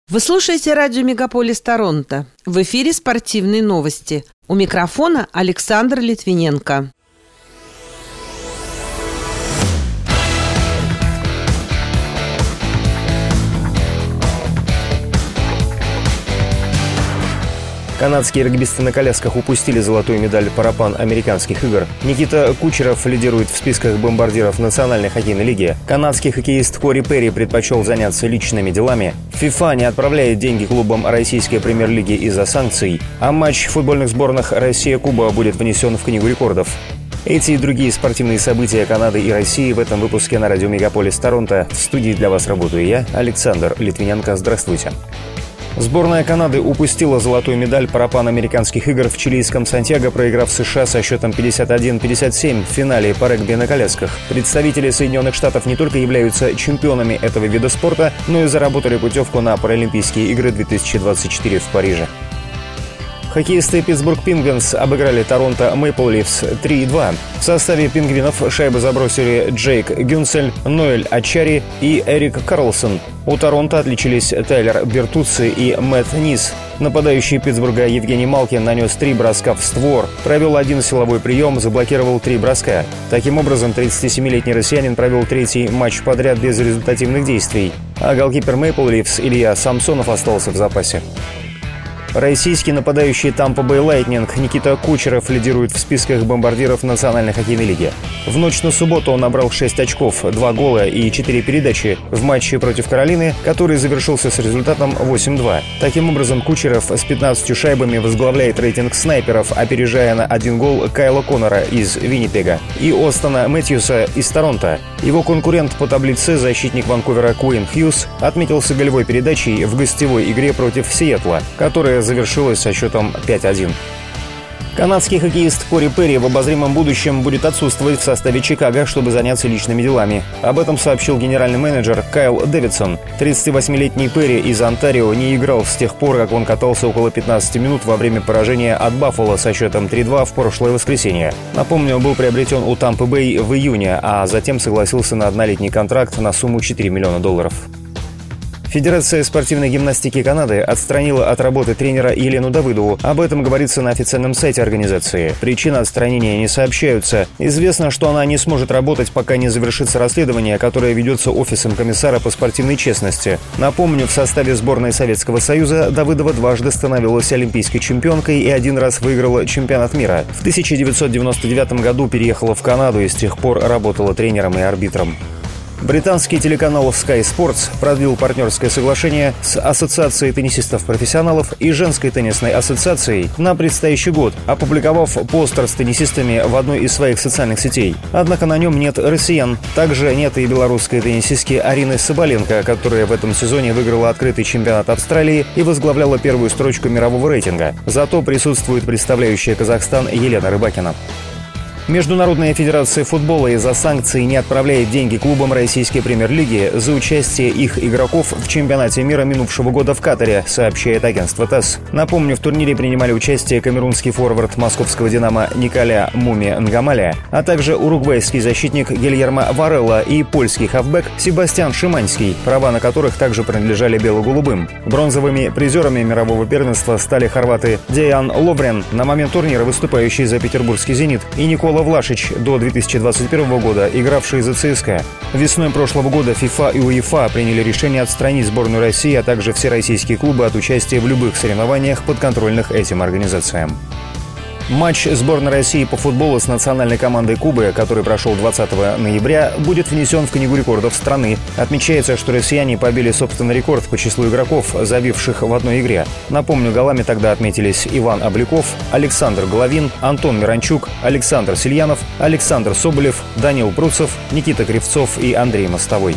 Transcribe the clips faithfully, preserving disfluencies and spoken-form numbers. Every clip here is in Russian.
Вы слушаете радио «Мегаполис Торонто». В эфире спортивные новости. У микрофона Александр Литвиненко. Канадские регбисты на колясках упустили золотую медаль парапан американских игр. Никита Кучеров лидирует в списках бомбардиров Национальной хоккейной лиги. Канадский хоккеист Кори Перри предпочел заняться личными делами. ФИФА не отправляет деньги клубам российской премьер-лиги из-за санкций. А матч футбольных сборных Россия-Куба будет внесен в Книгу рекордов. Эти и другие спортивные события Канады и России в этом выпуске на радио «Мегаполис Торонто». В студии для вас работаю я, Александр Литвиненко. Здравствуйте. Сборная Канады упустила золотую медаль парапан американских игр в чилийском Сантьяго, проиграв США со счетом пятьдесят один пятьдесят семь в финале по регби на колясках. Представители Соединенных Штатов не только являются чемпионами этого вида спорта, но и заработали путевку на Паралимпийские игры две тысячи двадцать четыре в Париже. Хоккеисты Питтсбург Пингвинс обыграли Торонто Мэйпл Лифс три два. В составе пингвинов шайбы забросили Джейк Гюнсель, Ноэль Ачари и Эрик Карлсон. У Торонто отличились Тайлер Бертуцци и Мэтт Нис. Нападающий Питтсбурга Евгений Малкин нанес три броска в створ, провел один силовой прием, заблокировал три броска. Таким образом, тридцатисемилетний россиянин провел третий матч подряд без результативных действий, а голкипер Мэйпл Лифс Илья Самсонов остался в запасе. Российский нападающий Тампа Бэй Лайтнинг Никита Кучеров лидирует в списках бомбардиров Национальной хоккейной лиги. В ночь на субботу он набрал шесть очков, два гола и четыре передачи в матче против Каролины, который завершился с результатом восемь два. Таким образом, Кучеров с пятнадцатью шайбами возглавляет рейтинг снайперов, опережая на один гол Кайла Коннора из Виннипега и Остона Мэтьюса из Торонто. Его конкурент по таблице, защитник Ванкувера Куин Хьюз, отметился голевой передачей в гостевой игре против Сиэтла, которая завершилась со счетом пять один. Канадский хоккеист Кори Перри в обозримом будущем будет отсутствовать в составе Чикаго, чтобы заняться личными делами. Об этом сообщил генеральный менеджер Кайл Дэвидсон. тридцативосьмилетний Перри из Онтарио не играл с тех пор, как он катался около пятнадцати минут во время поражения от Баффало со счетом три два в прошлое воскресенье. Напомню, был приобретен у Тампы Бэй в июне, а затем согласился на однолетний контракт на сумму четыре миллиона долларов. Федерация спортивной гимнастики Канады отстранила от работы тренера Елену Давыдову. Об этом говорится на официальном сайте организации. Причины отстранения не сообщаются. Известно, что она не сможет работать, пока не завершится расследование, которое ведется Офисом комиссара по спортивной честности. Напомню, в составе сборной Советского Союза Давыдова дважды становилась олимпийской чемпионкой и один раз выиграла чемпионат мира. В тысяча девятьсот девяносто девятом году переехала в Канаду и с тех пор работала тренером и арбитром. Британский телеканал Sky Sports продлил партнерское соглашение с Ассоциацией теннисистов-профессионалов и Женской теннисной ассоциацией на предстоящий год, опубликовав постер с теннисистами в одной из своих социальных сетей. Однако на нем нет россиян. Также нет и белорусской теннисистки Арины Соболенко, которая в этом сезоне выиграла открытый чемпионат Австралии и возглавляла первую строчку мирового рейтинга. Зато присутствует представляющая Казахстан Елена Рыбакина. Международная федерация футбола из-за санкций не отправляет деньги клубам российской премьер-лиги за участие их игроков в чемпионате мира минувшего года в Катаре, сообщает агентство ТАСС. Напомню, в турнире принимали участие камерунский форвард московского «Динамо» Николя Муми Нгамаля, а также уругвайский защитник Гильермо Варелла и польский хавбэк Себастьян Шиманский, права на которых также принадлежали бело-голубым. Бронзовыми призерами мирового первенства стали хорваты Деян Ловрен, на момент турнира выступающий за петербургский «Зенит», и Никола Влашич, до две тысячи двадцать первого года игравший за ЦСКА. Весной прошлого года ФИФА и УЕФА приняли решение отстранить сборную России, а также все российские клубы от участия в любых соревнованиях, подконтрольных этим организациям. Матч сборной России по футболу с национальной командой Кубы, который прошел двадцатого ноября, будет внесен в Книгу рекордов страны. Отмечается, что россияне побили собственный рекорд по числу игроков, забивших в одной игре. Напомню, голами тогда отметились Иван Обликов, Александр Головин, Антон Миранчук, Александр Сильянов, Александр Соболев, Данил Пруцев, Никита Кривцов и Андрей Мостовой.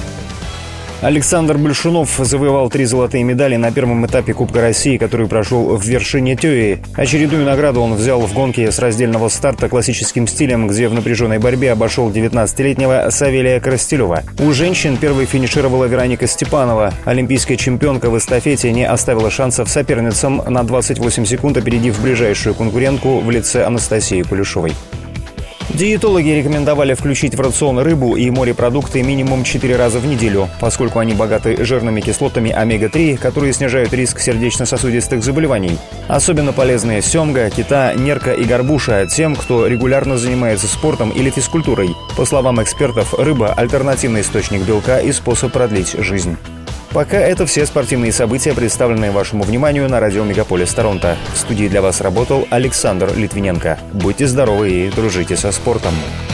Александр Большунов завоевал три золотые медали на первом этапе Кубка России, который прошел в Вершине-Тёи. Очередную награду он взял в гонке с раздельного старта классическим стилем, где в напряженной борьбе обошел девятнадцатилетнего Савелия Коростелева. У женщин первой финишировала Вероника Степанова. Олимпийская чемпионка в эстафете не оставила шансов соперницам, на двадцать восемь секунд опередив ближайшую конкурентку в лице Анастасии Полюшовой. Диетологи рекомендовали включить в рацион рыбу и морепродукты минимум четыре раза в неделю, поскольку они богаты жирными кислотами омега три, которые снижают риск сердечно-сосудистых заболеваний. Особенно полезны семга, кита, нерка и горбуша тем, кто регулярно занимается спортом или физкультурой. По словам экспертов, рыба – альтернативный источник белка и способ продлить жизнь. Пока это все спортивные события, представленные вашему вниманию на радио Мегаполис Торонто. В студии для вас работал Александр Литвиненко. Будьте здоровы и дружите со спортом.